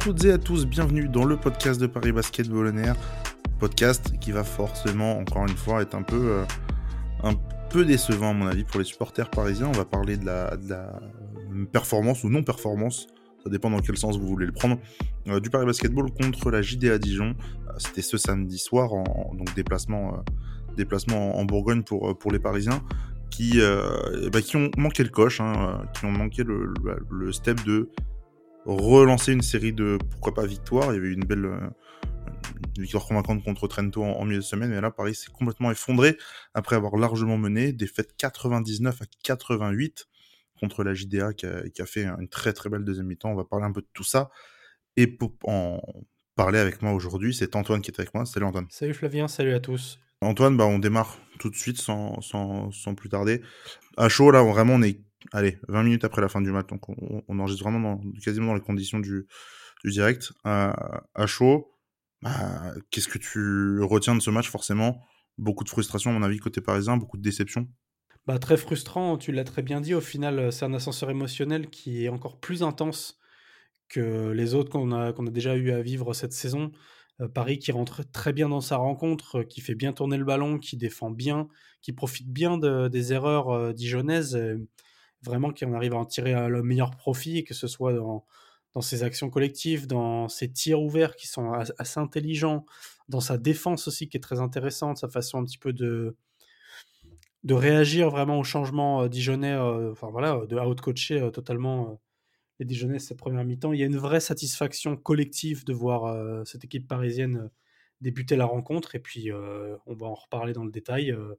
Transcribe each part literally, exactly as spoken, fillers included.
toutes et à tous, bienvenue dans le podcast de Paris Basketball On Air. Podcast qui va forcément, encore une fois, être un peu, euh, un peu décevant à mon avis pour les supporters parisiens. On va parler de la, de la performance ou non-performance, ça dépend dans quel sens vous voulez le prendre, euh, du Paris Basketball contre la J D A Dijon. Euh, c'était ce samedi soir, en, en donc déplacement, euh, déplacement en Bourgogne pour, pour les Parisiens, qui, euh, bah, qui ont manqué le coche, hein, qui ont manqué le, le, le step de relancer une série de, pourquoi pas, victoires. Il y avait eu une belle euh, une victoire convaincante contre Trento en, en milieu de semaine, mais là, Paris s'est complètement effondré après avoir largement mené, défaite quatre-vingt-dix-neuf à quatre-vingt-huit contre la J D A qui a, qui a fait une très très belle deuxième mi-temps. On va parler un peu de tout ça, et pour en parler avec moi aujourd'hui, c'est Antoine qui est avec moi. Salut Antoine. Salut Flavien, salut à tous. Antoine, bah on démarre tout de suite sans, sans, sans plus tarder. À chaud, là, vraiment, on est allez, vingt minutes après la fin du match, donc on, on enregistre vraiment dans, quasiment dans les conditions du, du direct. Euh, à chaud, bah, qu'est-ce que tu retiens de ce match? Forcément, beaucoup de frustration à mon avis côté parisien, beaucoup de déception. Bah, très frustrant, tu l'as très bien dit, au final c'est un ascenseur émotionnel qui est encore plus intense que les autres qu'on a, qu'on a déjà eu à vivre cette saison. Euh, Paris qui rentre très bien dans sa rencontre, qui fait bien tourner le ballon, qui défend bien, qui profite bien de, des erreurs euh, dijonnaises, euh, vraiment qui en arrive à en tirer euh, le meilleur profit, que ce soit dans, dans ses actions collectives, dans ses tirs ouverts qui sont as- assez intelligents, dans sa défense aussi qui est très intéressante, sa façon un petit peu de, de réagir vraiment au changement euh, dijonnais, euh, enfin voilà, de out-coacher euh, totalement euh, les Dijonnais cette première mi-temps. Il y a une vraie satisfaction collective de voir euh, cette équipe parisienne euh, débuter la rencontre, et puis euh, on va en reparler dans le détail. Euh,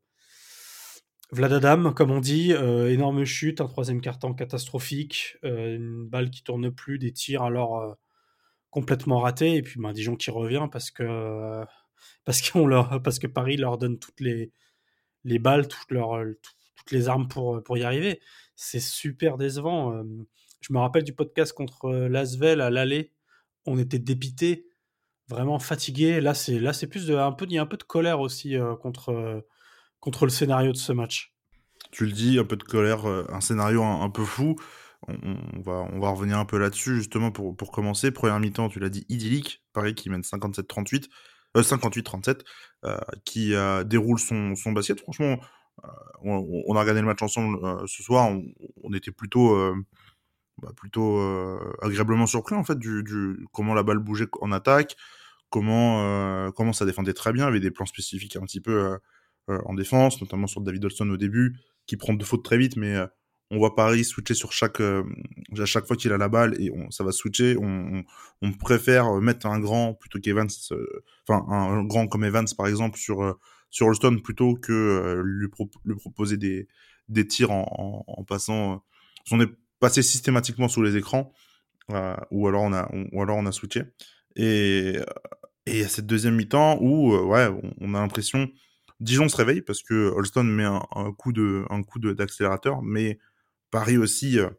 Vladadam, comme on dit, euh, énorme chute, un troisième quart-temps catastrophique, euh, une balle qui tourne plus, des tirs alors euh, complètement ratés, et puis ben, Dijon qui revient parce que, euh, parce, qu'on leur, parce que Paris leur donne toutes les, les balles, toutes, leurs, toutes les armes pour, pour y arriver. C'est super décevant. Euh, Je me rappelle du podcast contre Lasvel à l'aller. On était dépités, vraiment fatigués. Là, c'est, là, c'est plus de, un peu, il y a un peu de colère aussi euh, contre, euh, contre le scénario de ce match. Tu le dis, un peu de colère, euh, un scénario un, un peu fou. On, on va, on va revenir un peu là-dessus justement pour, pour commencer. Première mi-temps, tu l'as dit, idyllique. Paris qui mène cinquante-sept trente-huit, euh, cinquante-huit trente-sept, euh, qui euh, déroule son, son basket. Franchement, euh, on, on a regardé le match ensemble euh, ce soir. On, on était plutôt, euh, bah, plutôt euh, agréablement surpris en fait du, du comment la balle bougeait en attaque, comment euh, comment ça défendait très bien. Il y avait des plans spécifiques un petit peu euh, euh, en défense, notamment sur David Olson au début, qui prend deux fautes très vite, mais euh, on voit Paris switcher sur chaque euh, à chaque fois qu'il a la balle, et on, ça va switcher. On, on, on préfère mettre un grand plutôt qu'Evans, euh, enfin un grand comme Evans par exemple sur euh, sur Olson, plutôt que euh, lui, pro- lui proposer des des tirs en, en, en passant. Euh, on est passé systématiquement sous les écrans, euh, ou alors on a on, ou alors on a switché. Et et il y a cette deuxième mi-temps où, euh, ouais, on, on a l'impression, Dijon se réveille parce que Holston met un, un coup de, un coup de, d'accélérateur, mais Paris aussi euh,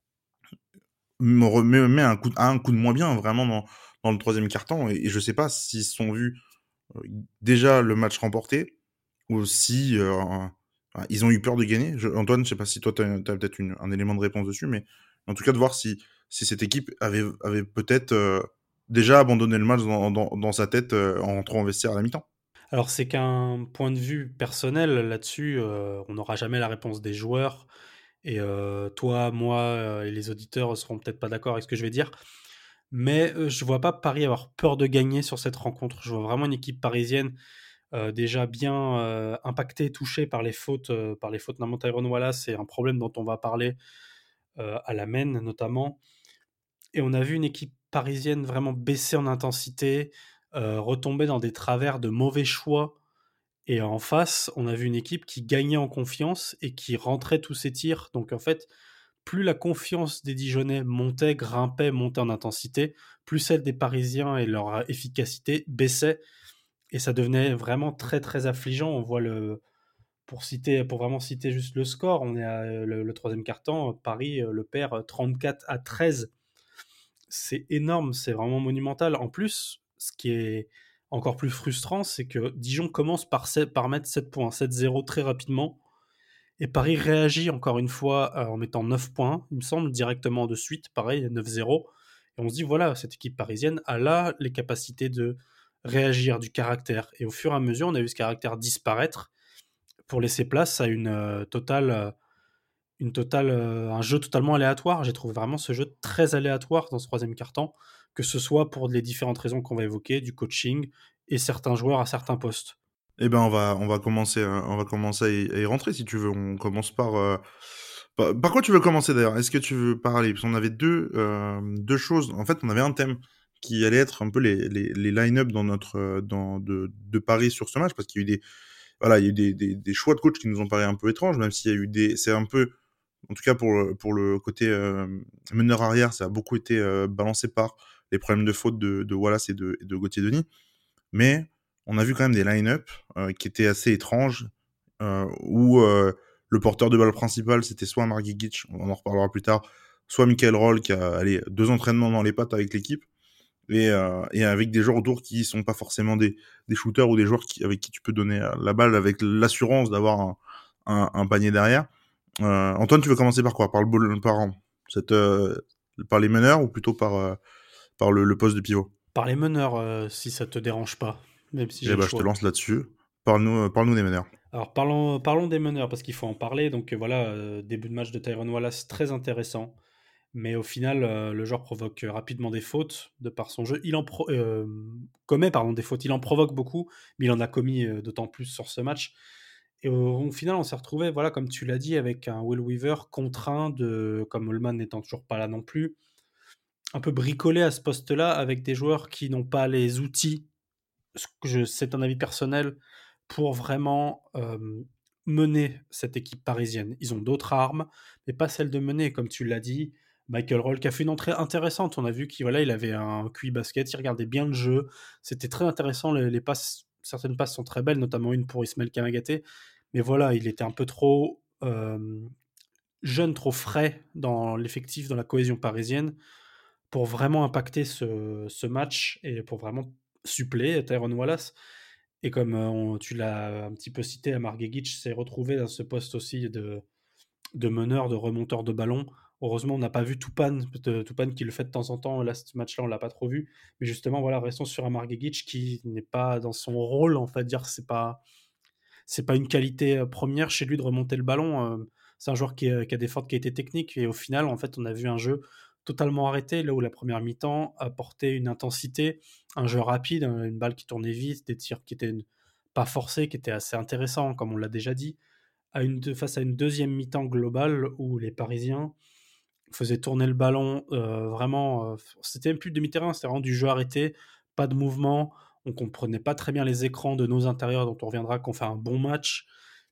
me remet, met un coup, de, un coup de moins bien vraiment dans, dans le troisième quart-temps. Et, et je sais pas s'ils se sont vus euh, déjà le match remporté ou si euh, euh, ils ont eu peur de gagner. Je, Antoine, je sais pas si toi tu as peut-être une, un élément de réponse dessus, mais en tout cas de voir si, si cette équipe avait, avait peut-être euh, déjà abandonné le match dans, dans, dans sa tête euh, en rentrant en vestiaire à la mi-temps. Alors, c'est qu'un point de vue personnel là-dessus, euh, on n'aura jamais la réponse des joueurs. Et euh, toi, moi euh, et les auditeurs seront peut-être pas d'accord avec ce que je vais dire. Mais euh, je vois pas Paris avoir peur de gagner sur cette rencontre. Je vois vraiment une équipe parisienne euh, déjà bien euh, impactée, touchée par les fautes, euh, par les fautes d'un Tyrone Wallace. C'est un problème dont on va parler euh, à la Maine notamment. Et on a vu une équipe parisienne vraiment baisser en intensité, euh, retomber dans des travers de mauvais choix. Et en face, on a vu une équipe qui gagnait en confiance et qui rentrait tous ses tirs. Donc en fait, plus la confiance des Dijonnais montait, grimpait, montait en intensité, plus celle des Parisiens et leur efficacité baissait. Et ça devenait vraiment très très affligeant. On voit le, pour citer, pour vraiment citer juste le score, on est à le, le troisième quart-temps, Paris euh, le perd trente-quatre à treize. C'est énorme, c'est vraiment monumental. En plus, ce qui est encore plus frustrant, c'est que Dijon commence par, sept, par mettre sept points, sept zéro très rapidement. Et Paris réagit encore une fois euh, en mettant neuf points, il me semble, directement de suite, pareil, neuf zéro. Et on se dit, voilà, cette équipe parisienne a là les capacités de réagir, du caractère. Et au fur et à mesure, on a vu ce caractère disparaître pour laisser place à une euh, totale, euh, une totale, euh, un jeu totalement aléatoire. J'ai trouvé vraiment ce jeu très aléatoire dans ce troisième quart-temps, que ce soit pour les différentes raisons qu'on va évoquer, du coaching et certains joueurs à certains postes. Eh ben, on va, on va commencer, à- on va commencer à y, à y rentrer si tu veux. On commence par, euh, par, par quoi tu veux commencer d'ailleurs? Est-ce que tu veux parler? Parce qu'on avait deux, euh, deux choses. En fait, on avait un thème qui allait être un peu les, les, les line-up dans notre, euh, dans, de, de Paris sur ce match, parce qu'il y a eu des, voilà, il y a eu des, des, des choix de coach qui nous ont paru un peu étranges, même s'il y a eu des, c'est un peu, en tout cas pour le, pour le côté euh, meneur arrière, ça a beaucoup été euh, balancé par les problèmes de faute de, de Wallace et de, et de Gauthier Denis. Mais on a vu quand même des line-up euh, qui étaient assez étranges, euh, où euh, le porteur de balle principal, c'était soit Mark Gigic, on en reparlera plus tard, soit Michael Roll, qui a allez, deux entraînements dans les pattes avec l'équipe, et, euh, et avec des joueurs autour qui sont pas forcément des, des shooters ou des joueurs qui, avec qui tu peux donner la balle avec l'assurance d'avoir un, un, un panier derrière. Euh, Antoine, tu veux commencer par quoi? Par le ball, par, cette, euh, par les meneurs ou plutôt par, euh, par le, le poste de pivot? Par les meneurs, euh, si ça te dérange pas, même si j'ai Eh le ben, je te choix. lance là-dessus. Parle-nous, euh, parle-nous des meneurs. Alors parlons, parlons des meneurs, parce qu'il faut en parler. Donc euh, voilà, euh, début de match de Tyrone Wallace, très intéressant. Mais au final, euh, le joueur provoque euh, rapidement des fautes de par son jeu. Il en pro- euh, commet pardon, des fautes, il en provoque beaucoup, mais il en a commis euh, d'autant plus sur ce match. Et au, au final, on s'est retrouvé, voilà, comme tu l'as dit, avec un Will Weaver contraint de, comme Holman n'étant toujours pas là non plus, un peu bricolé à ce poste-là avec des joueurs qui n'ont pas les outils, ce que je- c'est un avis personnel, pour vraiment euh, mener cette équipe parisienne. Ils ont d'autres armes, mais pas celle de mener, comme tu l'as dit. Michael Roll qui a fait une entrée intéressante. On a vu qu'il voilà, il avait un Q I basket, il regardait bien le jeu. C'était très intéressant. Les, les passes, certaines passes sont très belles, notamment une pour Ismaël Kamagaté. Mais voilà, il était un peu trop euh, jeune, trop frais dans l'effectif, dans la cohésion parisienne, pour vraiment impacter ce, ce match et pour vraiment suppléer Tyrone Wallace. Et comme euh, on- tu l'as un petit peu cité, Amar Gegic s'est retrouvé dans ce poste aussi de, de meneur, de remonteur de ballon. Heureusement, on n'a pas vu Toupane, de- Toupane qui le fait de temps en temps. Là, ce match-là, on l'a pas trop vu. Mais justement, voilà, restons sur Amar Gegic qui n'est pas dans son rôle, on va dire, c'est pas, c'est pas une qualité euh, première chez lui de remonter le ballon. Euh, c'est un joueur qui, est- qui a des fortes qualités techniques. Et au final, en fait, on a vu un jeu totalement arrêté, là où la première mi-temps apportait une intensité, un jeu rapide, un- une balle qui tournait vite, des tirs qui étaient pas forcés, qui étaient assez intéressants, comme on l'a déjà dit, à une, face à une deuxième mi-temps globale où les Parisiens faisaient tourner le ballon euh, vraiment. Euh, c'était même plus de demi-terrain, c'était vraiment du jeu arrêté, pas de mouvement. On comprenait pas très bien les écrans de nos intérieurs, dont on reviendra, qu'on fait un bon match.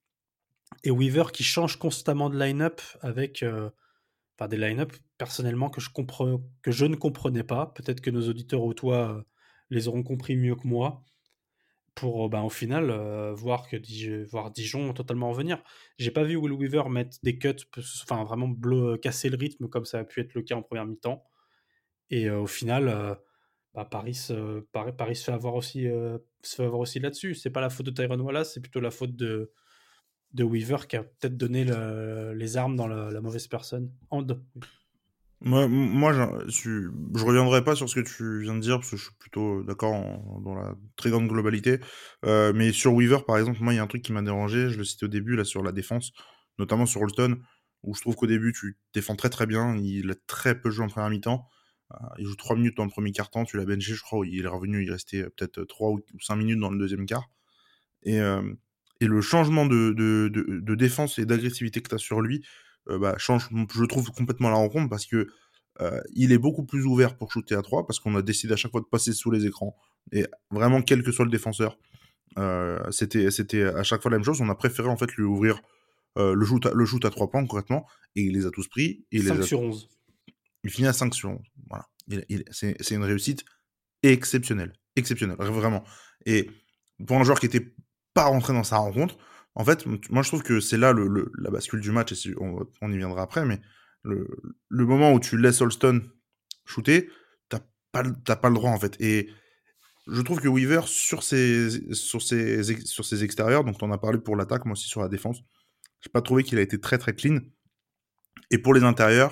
Et Weaver qui change constamment de line-up avec euh, enfin, des line-up personnellement que je, compre- que je ne comprenais pas. Peut-être que nos auditeurs ou toi euh, les auront compris mieux que moi. Pour euh, ben, au final euh, voir que Dij- voir Dijon totalement revenir. J'ai pas vu Will Weaver mettre des cuts, enfin vraiment blo- casser le rythme comme ça a pu être le cas en première mi-temps. Et euh, au final, euh, bah, Paris, se- Paris, Paris se fait avoir aussi, euh, se fait avoir aussi là-dessus. C'est pas la faute de Tyrone Wallace, c'est plutôt la faute de, de Weaver qui a peut-être donné le- les armes dans la, la mauvaise personne. Hand. Oui. Moi, moi je, je, je reviendrai pas sur ce que tu viens de dire, parce que je suis plutôt d'accord en- dans la très grande globalité. Euh, mais sur Weaver, par exemple, moi, il y a un truc qui m'a dérangé, je le citais au début, là, sur la défense, notamment sur Holston, où je trouve qu'au début, tu défends très très bien, il a très peu joué en première mi-temps. Euh, il joue trois minutes dans le premier quart-temps, tu l'as benché, je crois, il est revenu, il restait peut-être trois ou cinq minutes dans le deuxième quart. Et, euh, et le changement de, de, de, de défense et d'agressivité que tu as sur lui euh, bah, change, je trouve, complètement la rencontre parce que euh, il est beaucoup plus ouvert pour shooter à trois parce qu'on a décidé à chaque fois de passer sous les écrans. Et vraiment, quel que soit le défenseur, euh, c'était, c'était à chaque fois la même chose. On a préféré en fait lui ouvrir euh, le, shoot à, le shoot à trois points concrètement et il les a tous pris. Et il, les cinq a, sur onze. il finit à cinq sur onze. Voilà. Il, il, c'est, c'est une réussite exceptionnelle. Exceptionnelle, vraiment. Et pour un joueur qui était pas rentré dans sa rencontre, en fait, moi je trouve que c'est là le, le, la bascule du match, et si, on, on, y viendra après, mais le, le moment où tu laisses Holston shooter, t'as pas, t'as pas le droit en fait. Et je trouve que Weaver, sur ses, sur ses, sur ses extérieurs, donc on a parlé pour l'attaque, moi aussi sur la défense, j'ai pas trouvé qu'il a été très très clean. Et pour les intérieurs,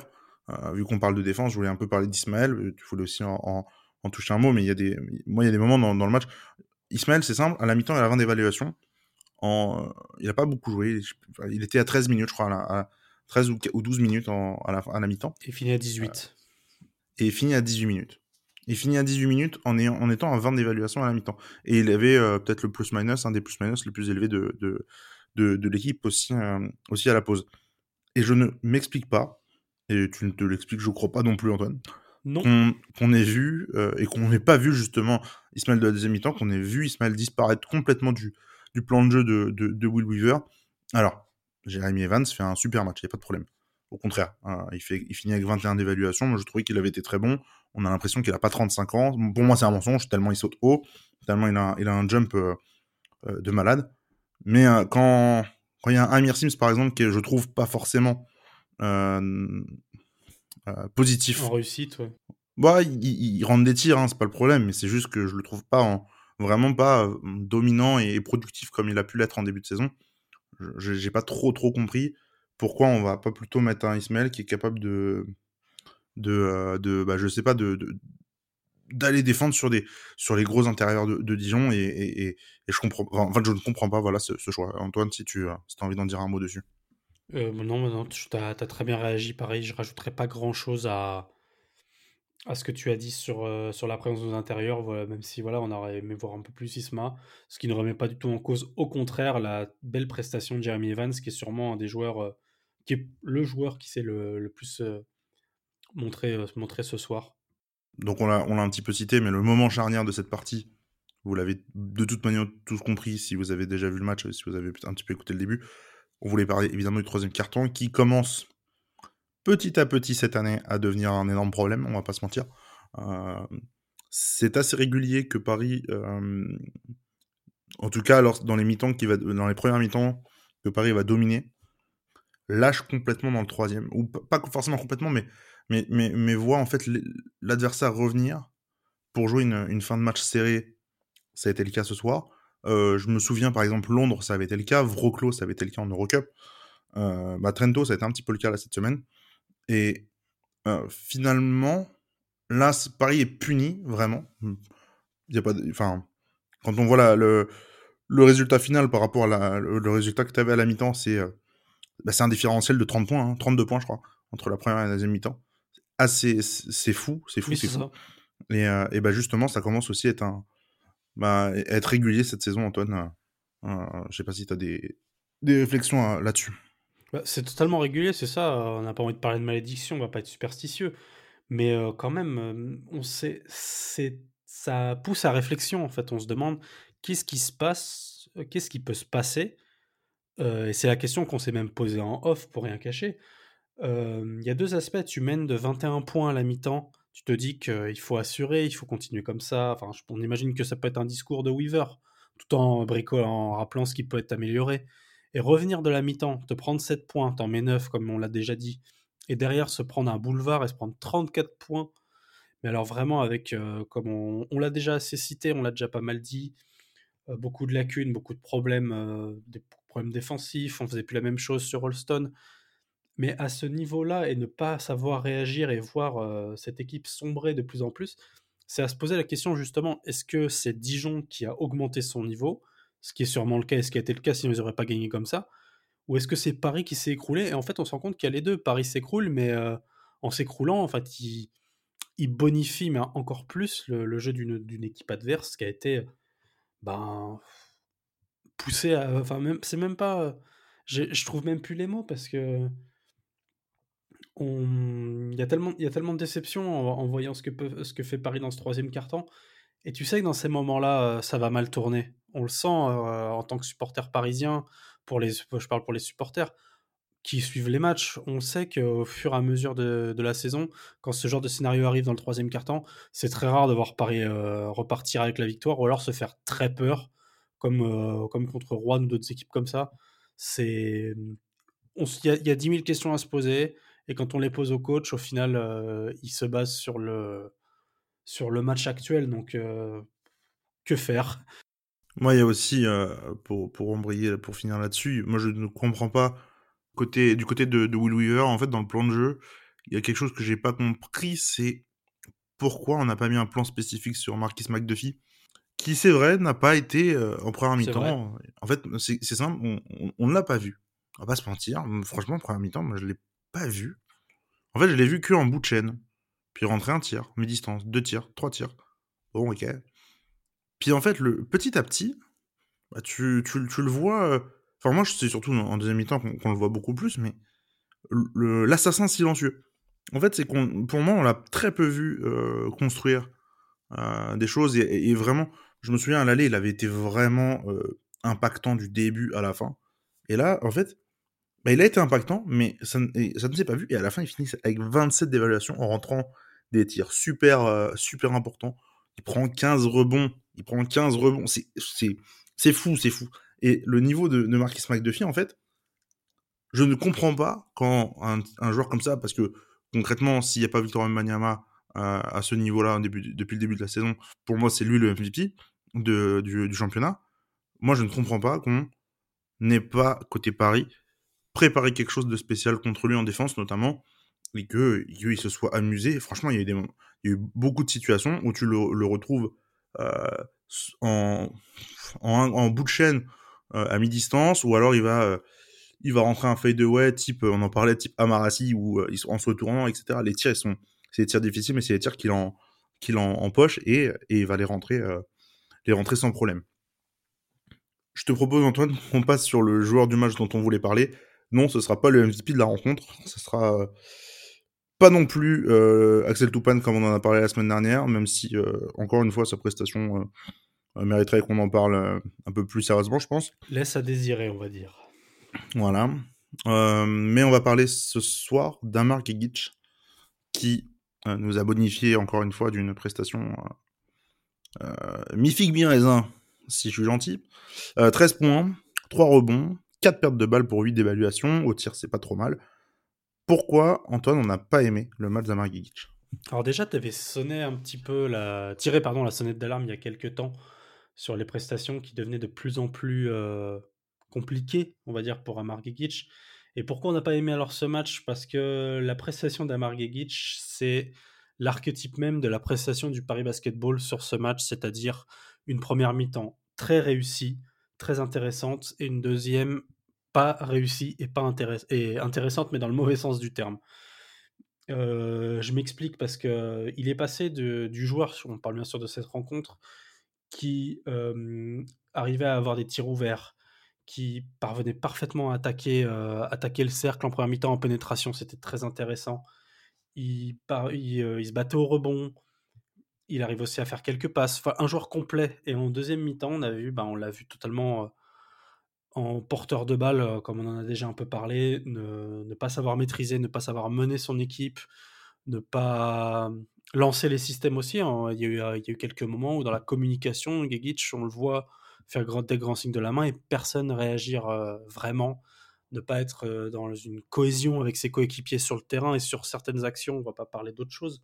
euh, vu qu'on parle de défense, je voulais un peu parler d'Ismaël. Tu voulais aussi en, en, en toucher un mot, mais il y a des, moi, il y a des moments dans, dans le match. Ismaël, c'est simple, à la mi-temps, il a vingt d'évaluation. En, il a pas beaucoup joué. Il était à treize minutes, je crois, à, la, à treize ou, ou douze minutes en, à, la, à la mi-temps. Et fini à dix-huit. Euh, et il finit à dix-huit minutes. Il finit à dix-huit minutes en, ayant, en étant à vingt d'évaluation à la mi-temps. Et il avait euh, peut-être le plus-minus, un des plus-minus les plus élevés de, de, de, de l'équipe aussi, euh, aussi à la pause. Et je ne m'explique pas, et tu ne te l'expliques, je crois pas non plus, Antoine, Non. qu'on, qu'on ait vu, euh, et qu'on n'ait pas vu justement Ismaël de la deuxième mi-temps, qu'on ait vu Ismaël disparaître complètement du, du plan de jeu de, de, de Will Weaver. Alors, Jeremy Evans fait un super match, il n'y a pas de problème. Au contraire, hein, il, fait, il finit avec vingt et un d'évaluation. Moi, je trouvais qu'il avait été très bon. On a l'impression qu'il n'a pas trente-cinq ans. Pour moi, c'est un mensonge, tellement il saute haut, tellement il a, il a un jump euh, euh, de malade. Mais euh, quand quand il y a un Amir Sims, par exemple, qui est, je trouve, pas forcément euh, euh, positif. En réussite, ouais. Bah, il, il, il rentre des tirs, hein, c'est pas le problème, mais c'est juste que je le trouve pas en, vraiment pas euh, dominant et, et productif comme il a pu l'être en début de saison. Je, j'ai pas trop trop compris pourquoi on va pas plutôt mettre un Ismaël qui est capable de de, euh, de bah, je sais pas, de, de d'aller défendre sur des sur les gros intérieurs de, de Dijon et, et, et, et je comprends enfin, en fait je ne comprends pas voilà ce, ce choix. Antoine, si tu as si envie d'en dire un mot dessus. Euh, non, non, tu as, très bien réagi. Pareil, je rajouterai pas grand-chose à, à ce que tu as dit sur, euh, sur la présence aux intérieurs. Voilà, même si voilà, on aurait aimé voir un peu plus Isma, ce qui ne remet pas du tout en cause. Au contraire, la belle prestation de Jeremy Evans, qui est sûrement un des joueurs, euh, qui est le joueur qui s'est le, le plus euh, montré, euh, montré ce soir. Donc on l'a on l'a un petit peu cité, mais le moment charnière de cette partie, vous l'avez de toute manière tous compris si vous avez déjà vu le match, si vous avez un petit peu écouté le début. On voulait parler évidemment du troisième carton qui commence petit à petit cette année à devenir un énorme problème, on va pas se mentir. Euh, c'est assez régulier que Paris, euh, en tout cas alors, dans les mi-temps qui va, dans les premières mi-temps, que Paris va dominer, lâche complètement dans le troisième, ou pas forcément complètement, mais mais mais, mais voit en fait l'adversaire revenir pour jouer une, une fin de match serrée. Ça a été le cas ce soir. Euh, je me souviens par exemple Londres, ça avait été le cas, Wroclaw, ça avait été le cas en Eurocup. Euh, bah, Trento, ça a été un petit peu le cas là cette semaine. Et euh, finalement, là, Paris est puni vraiment. Il y a pas, enfin, quand on voit la, le le résultat final par rapport à la, le, le résultat que tu avais à la mi-temps, c'est euh, bah, c'est un différentiel de trente points, hein, trente-deux points je crois, entre la première et la deuxième mi-temps. Ah, c'est c'est fou, c'est fou, Oui, c'est c'est fou. ça. Et, euh, et bah justement, ça commence aussi à être un, bah, être régulier cette saison, Antoine. Euh, euh, je sais pas si tu as des, des réflexions euh, là-dessus. Bah, c'est totalement régulier, c'est ça. euh, On n'a pas envie de parler de malédiction, on va pas être superstitieux. Mais euh, quand même, euh, on sait, c'est, ça pousse à réflexion, en fait. On se demande qu'est-ce qui se passe, euh, qu'est-ce qui peut se passer. Euh, et c'est la question qu'on s'est même posée en off, pour rien cacher. Euh, Il y a deux aspects. Tu mènes de vingt et un points à la mi-temps. Tu te dis qu'il faut assurer, il faut continuer comme ça. Enfin, je- on imagine que ça peut être un discours de Weaver, tout en bricolant, en rappelant ce qui peut être amélioré. Et revenir de la mi-temps, te prendre sept points, t'en mets neuf, comme on l'a déjà dit. Et derrière, se prendre un boulevard et se prendre trente-quatre points. Mais alors vraiment avec, euh, comme on, on l'a déjà assez cité, on l'a déjà pas mal dit, euh, beaucoup de lacunes, beaucoup de problèmes, euh, des problèmes défensifs, on faisait plus la même chose sur Holston. Mais à ce niveau-là, et ne pas savoir réagir et voir euh, cette équipe sombrer de plus en plus, c'est à se poser la question justement, est-ce que c'est Dijon qui a augmenté son niveau, ce qui est sûrement le cas et ce qui a été le cas sinon ils n'auraient pas gagné comme ça, ou est-ce que c'est Paris qui s'est écroulé? Et en fait, on se rend compte qu'il y a les deux. Paris s'écroule, mais euh, en s'écroulant, en fait, il, il bonifie mais encore plus le, le jeu d'une d'une équipe adverse qui a été ben, poussé à. Enfin, même, c'est même pas. j'ai- Je trouve même plus les mots parce que on, il y a tellement, il y a tellement de déception en, en voyant ce que, peut, ce que fait Paris dans ce troisième quart-temps. Et tu sais que dans ces moments-là, euh, ça va mal tourner. On le sent euh, en tant que supporter parisien, pour les, je parle pour les supporters qui suivent les matchs. On sait qu'au fur et à mesure de, de la saison, quand ce genre de scénario arrive dans le troisième quart-temps, c'est très rare de voir Paris euh, repartir avec la victoire ou alors se faire très peur, comme, euh, comme contre Rouen ou d'autres équipes comme ça. C'est, on s- Il y, a- il y a dix mille questions à se poser, et quand on les pose au coach, au final, euh, il se base sur le, sur le match actuel. Donc, euh, que faire? Moi, il y a aussi, euh, pour, pour embrayer, pour finir là-dessus, moi je ne comprends pas côté, du côté de, de Will Weaver, en fait, dans le plan de jeu, il y a quelque chose que j'ai pas compris, c'est pourquoi on n'a pas mis un plan spécifique sur Marquis McDuffie, qui, c'est vrai, n'a pas été euh, en première C'est vrai. mi-temps. En fait, c'est c'est simple, on, on, on ne l'a pas vu. On va pas se mentir. Franchement, en première mi-temps, moi, je l'ai pas vu. En fait, je l'ai vu que en bout de chaîne. Puis rentrer un tir, mi-distance, deux tirs, trois tirs. Bon, ok. Puis en fait, le petit à petit, bah, tu, tu, tu le vois. euh, Enfin, moi, c'est surtout en deuxième mi-temps qu'on qu'on le voit beaucoup plus, mais le- l'assassin silencieux. En fait, c'est qu'on, pour moi, on l'a très peu vu euh, construire euh, des choses et, et vraiment, je me souviens à l'aller, il avait été vraiment euh, impactant du début à la fin. Et là, en fait, bah, il a été impactant, mais ça, ne- et ça ne s'est pas vu. Et à la fin, il finit avec vingt-sept d'évaluation en rentrant des tirs super, euh, super importants. Il prend quinze rebonds. Il prend quinze rebonds. C'est, c'est, c'est fou, c'est fou. Et le niveau de, de Marquis McDuffie, en fait, je ne comprends pas quand un, un joueur comme ça, parce que concrètement, s'il n'y a pas Victor Wembanyama euh, à ce niveau-là début, depuis le début de la saison, pour moi, c'est lui le M V P de, du, du championnat. Moi, je ne comprends pas qu'on n'ait pas, côté Paris, préparé quelque chose de spécial contre lui en défense, notamment, et qu'il se soit amusé. Et franchement, il y, a eu des, il y a eu beaucoup de situations où tu le, le retrouves euh, en, en, en bout de chaîne euh, à mi-distance, ou alors il va euh, il va rentrer un fadeaway type, on en parlait, type Amarasi, où euh, ils sont en se retournant, et cetera. Les tirs, ils sont, c'est des tirs difficiles, mais c'est des tirs qu'il en, qu'il en, en poche et, et il va les rentrer, euh, les rentrer sans problème. Je te propose, Antoine, qu'on passe sur le joueur du match dont on voulait parler. Non, ce sera pas le M V P de la rencontre, ce sera euh, pas non plus euh, Axel Toupane comme on en a parlé la semaine dernière, même si, euh, encore une fois, sa prestation euh, mériterait qu'on en parle euh, un peu plus sérieusement, je pense. Laisse à désirer, on va dire. Voilà. Euh, mais on va parler ce soir d'Amar Gigic, qui euh, nous a bonifié encore une fois d'une prestation euh, euh, mi-figue mi-raisin, si je suis gentil. Euh, treize points, trois rebonds, quatre pertes de balles pour huit d'évaluation. Au tir, c'est pas trop mal. Pourquoi, Antoine, on n'a pas aimé le match d'Amar Gigic? Alors déjà, tu avais sonné un petit peu la... tiré pardon, la sonnette d'alarme il y a quelques temps sur les prestations qui devenaient de plus en plus euh, compliquées, on va dire, pour Amar Gigic. Et pourquoi on n'a pas aimé alors ce match? Parce que la prestation d'Amar Gigic, c'est l'archétype même de la prestation du Paris Basketball sur ce match, c'est-à-dire une première mi-temps très réussie, très intéressante, et une deuxième pas réussie et pas intéress- et intéressante, mais dans le mauvais sens du terme. Euh, je m'explique parce que il est passé de, du joueur, on parle bien sûr de cette rencontre, qui euh, arrivait à avoir des tirs ouverts, qui parvenait parfaitement à attaquer, euh, attaquer le cercle en première mi-temps en pénétration, c'était très intéressant. Il, par, il, euh, il se battait au rebond, il arrive aussi à faire quelques passes, enfin un joueur complet. Et en deuxième mi-temps, on a vu, ben, on l'a vu totalement euh, en porteur de balle, euh, comme on en a déjà un peu parlé, ne, ne pas savoir maîtriser, ne pas savoir mener son équipe, ne pas lancer les systèmes aussi, hein. Il y a eu, il y a eu quelques moments où dans la communication, Gegic, on le voit faire grand, des grands signes de la main et personne réagir euh, vraiment, ne pas être euh, dans une cohésion avec ses coéquipiers sur le terrain et sur certaines actions, on va pas parler d'autre chose.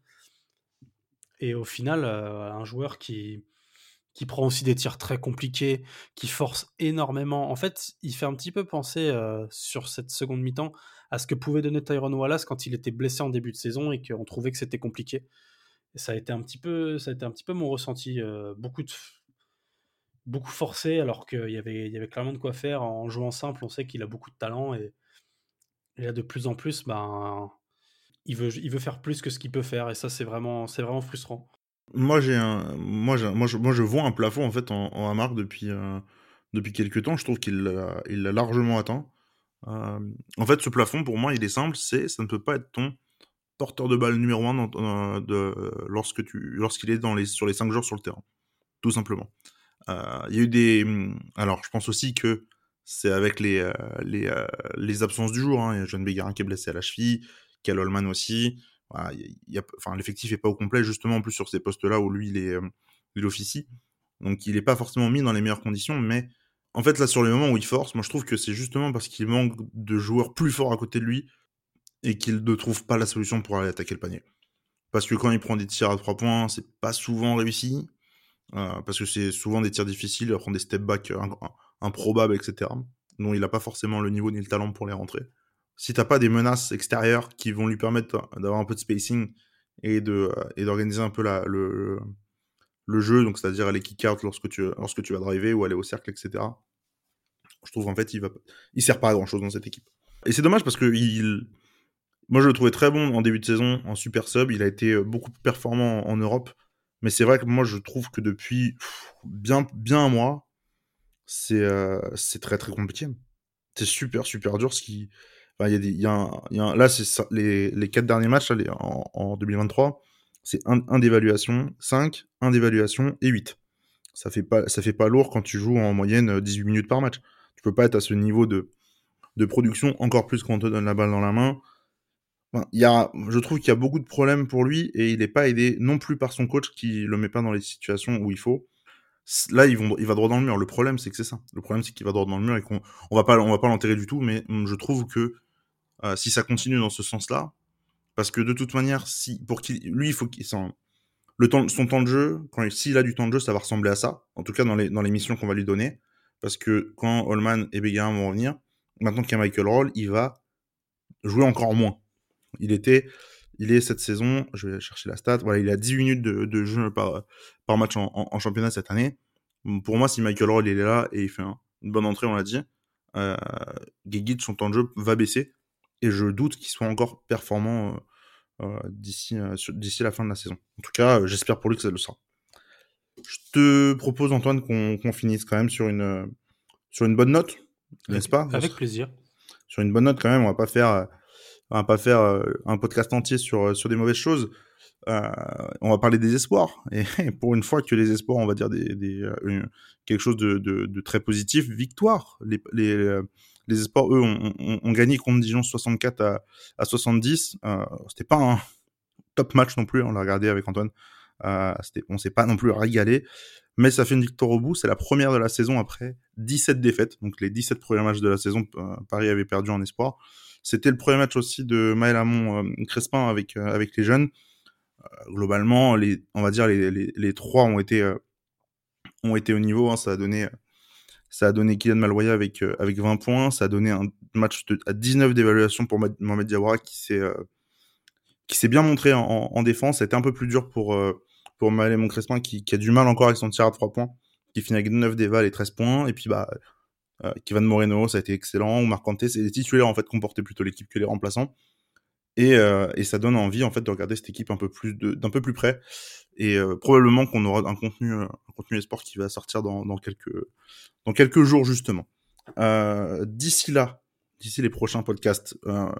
Et au final, euh, un joueur qui, qui prend aussi des tirs très compliqués, qui force énormément. En fait, il fait un petit peu penser euh, sur cette seconde mi-temps à ce que pouvait donner Tyrone Wallace quand il était blessé en début de saison et qu'on trouvait que c'était compliqué. Et ça a été un petit peu, ça a été un petit peu mon ressenti. Euh, beaucoup de, beaucoup forcé alors qu'il y avait, il y avait clairement de quoi faire en jouant simple. On sait qu'il a beaucoup de talent et, et là de plus en plus, ben, il veut, il veut faire plus que ce qu'il peut faire et ça c'est vraiment, c'est vraiment frustrant. Moi, j'ai un, moi, j'ai- moi, je, moi, je vois un plafond en fait en, en Amar depuis, euh, depuis quelques temps. Je trouve qu'il l'a, il l'a largement atteint. Euh, en fait, ce plafond, pour moi, il est simple. C'est, ça ne peut pas être ton porteur de balle numéro un dans- dans- de, lorsque tu, lorsqu'il est dans les, sur les cinq jours sur le terrain, tout simplement. Euh, Il y a eu des, alors, je pense aussi que c'est avec les, euh, les, euh, les absences du jour. Hein. Il y a John Bégarin qui est blessé à la cheville, Cal Holman aussi. Voilà, il y a, enfin, l'effectif est pas au complet justement en plus sur ces postes-là où lui il est, euh, il officie. Donc il est pas forcément mis dans les meilleures conditions, mais en fait là sur les moments où il force, moi je trouve que c'est justement parce qu'il manque de joueurs plus forts à côté de lui et qu'il ne trouve pas la solution pour aller attaquer le panier. Parce que quand il prend des tirs à trois points, c'est pas souvent réussi. Euh, parce que c'est souvent des tirs difficiles, il va prendre des step back euh, improbables, et cetera. Dont il n'a pas forcément le niveau ni le talent pour les rentrer. si t'as pas des menaces extérieures qui vont lui permettre d'avoir un peu de spacing et de euh, et d'organiser un peu la, le, le, le jeu, donc c'est-à-dire aller kick out lorsque tu lorsque tu vas driver ou aller au cercle, et cetera. Je trouve qu'en fait il va il sert pas à grand chose dans cette équipe. Et c'est dommage parce que il moi je le trouvais très bon en début de saison en super sub, il a été beaucoup plus performant en Europe, mais c'est vrai que moi je trouve que depuis pff, bien bien un mois, c'est euh, c'est très très compliqué. C'est super super dur ce qui enfin, il y a des il y a un, il y a un... là c'est ça, les les quatre derniers matchs là, les... en, en deux mille vingt-trois, c'est un d'évaluation, cinq, un d'évaluation et huit. Ça fait pas ça fait pas lourd quand tu joues en moyenne dix-huit minutes par match. Tu peux pas être à ce niveau de de production, encore plus quand on te donne la balle dans la main. Enfin, il y a, je trouve qu'il y a beaucoup de problèmes pour lui et il n'est pas aidé non plus par son coach qui le met pas dans les situations où il faut. Là, ils vont, il va droit dans le mur. Le problème, c'est que c'est ça. Le problème, c'est qu'il va droit dans le mur et qu'on, on va pas, on va pas l'enterrer du tout. Mais je trouve que euh, si ça continue dans ce sens-là, parce que de toute manière, si pour qu'il, lui, il faut qu'il, le temps, son temps de jeu, quand s'il a du temps de jeu, ça va ressembler à ça. En tout cas, dans les dans les missions qu'on va lui donner, parce que quand Holman et Bellingham vont revenir, maintenant qu'il y a Michael Roll, il va jouer encore moins. Il était, il est cette saison, je vais chercher la stat, voilà, il a dix minutes de, de jeu par, par match en, en, en championnat cette année. Pour moi, si Michael Roll il est là et il fait un, une bonne entrée, on l'a dit, euh, Gigic, son temps de jeu va baisser et je doute qu'il soit encore performant euh, euh, d'ici, euh, d'ici la fin de la saison. En tout cas, euh, j'espère pour lui que ça le sera. Je te propose, Antoine, qu'on, qu'on finisse quand même sur une, sur une bonne note, n'est-ce pas ? Avec plaisir. Sur une bonne note quand même, on va pas faire... On va pas faire euh, un podcast entier sur, euh, sur des mauvaises choses. Euh, on va parler des espoirs. Et, et pour une fois que les espoirs, on va dire des, des, euh, quelque chose de, de, de très positif, victoire. Les, les, les espoirs, eux, ont, ont, ont gagné contre Dijon soixante-quatre à, à soixante-dix. Euh, c'était pas un top match non plus, on l'a regardé avec Antoine. Euh, c'était, on s'est pas non plus régalé. Mais ça fait une victoire au bout. C'est la première de la saison après dix-sept défaites. Donc les dix-sept premiers matchs de la saison, euh, Paris avait perdu en espoir. C'était le premier match aussi de Maël Hamon euh, Crespin avec euh, avec les jeunes. Euh, globalement, les, on va dire les, les, les trois ont été euh, ont été au niveau. Hein, ça a donné ça a donné Kylian Malouaya avec euh, avec vingt points. Ça a donné un match de, à dix-neuf d'évaluation pour Mohamed Diawara qui s'est euh, qui s'est bien montré en, en défense. C'était un peu plus dur pour euh, pour Maël Hamon Crespin qui, qui a du mal encore avec son tir à trois points, qui finit avec neuf d'éval et treize points. Et puis bah euh, Kevin Moreno, ça a été excellent. Ou Marc Kanté, c'est les titulaires en fait comportaient plutôt l'équipe que les remplaçants. Et, euh, et ça donne envie en fait de regarder cette équipe un peu plus de, d'un peu plus près et euh, probablement qu'on aura un contenu un contenu esport qui va sortir dans, dans quelques dans quelques jours justement. Euh, d'ici là, d'ici les prochains podcasts, euh,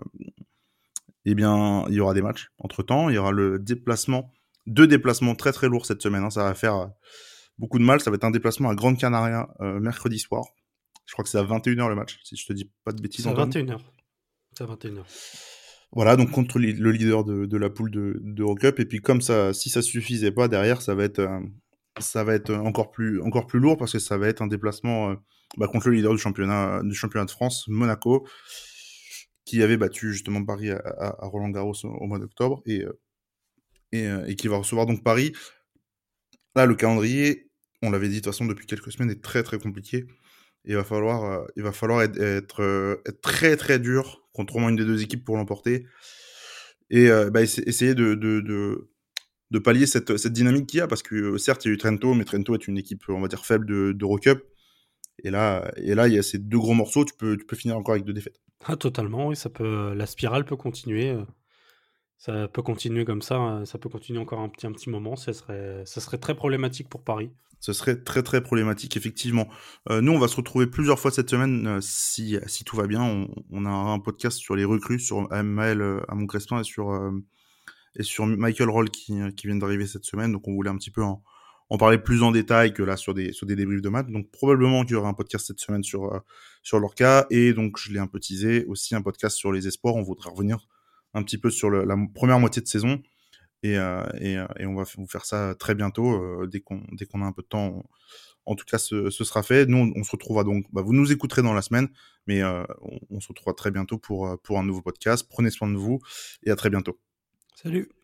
eh bien il y aura des matchs. Entre temps, il y aura le déplacement, deux déplacements très très lourds cette semaine. Hein, ça va faire beaucoup de mal. Ça va être un déplacement à Grande Canaria euh, mercredi soir. Je crois que c'est à vingt et une heures le match, si je te dis pas de bêtises. C'est à vingt et une heures. C'est à vingt et une heures. Voilà, donc contre le leader de, de la poule de, de Eurocup. Et puis comme ça, si ça suffisait pas, derrière, ça va être, euh, ça va être encore plus, encore plus lourd parce que ça va être un déplacement euh, bah, contre le leader du championnat, du championnat de France, Monaco, qui avait battu justement Paris à, à, à Roland Garros au, au mois d'octobre et, euh, et, euh, et qui va recevoir donc Paris. Là, le calendrier, on l'avait dit de toute façon depuis quelques semaines, est très très compliqué. Il va falloir, euh, il va falloir être, être, euh, être très très dur contre au moins une des deux équipes pour l'emporter. Et euh, bah, essayer de, de, de, de pallier cette, cette dynamique qu'il y a, parce que euh, certes, il y a eu Trento, mais Trento est une équipe, on va dire, faible de, d'Eurocup. Et là, et là, il y a ces deux gros morceaux, tu peux, tu peux finir encore avec deux défaites. Ah, totalement, oui, ça peut, la spirale peut continuer. Ça peut continuer comme ça, ça peut continuer encore un petit, un petit moment. Ça serait, ça serait très problématique pour Paris. Ce serait très très problématique, effectivement. Euh, nous, on va se retrouver plusieurs fois cette semaine, euh, si, si tout va bien. On, on a un podcast sur les recrues, sur Maël euh, Hamon Crespin et sur, euh, et sur Michael Roll qui, qui vient d'arriver cette semaine. Donc on voulait un petit peu en, en parler plus en détail que là sur des, sur des débriefs de match. Donc probablement qu'il y aura un podcast cette semaine sur, euh, sur leur cas. Et donc je l'ai un peu teasé, aussi un podcast sur les espoirs. On voudrait revenir un petit peu sur le, la première moitié de saison. Et, euh, et, et on va vous faire ça très bientôt, euh, dès qu'on dès qu'on a un peu de temps. On, en tout cas, ce, ce sera fait. Nous, on, on se retrouvera donc. Bah, vous nous écouterez dans la semaine, mais euh, on, on se retrouvera très bientôt pour pour un nouveau podcast. Prenez soin de vous et à très bientôt. Salut.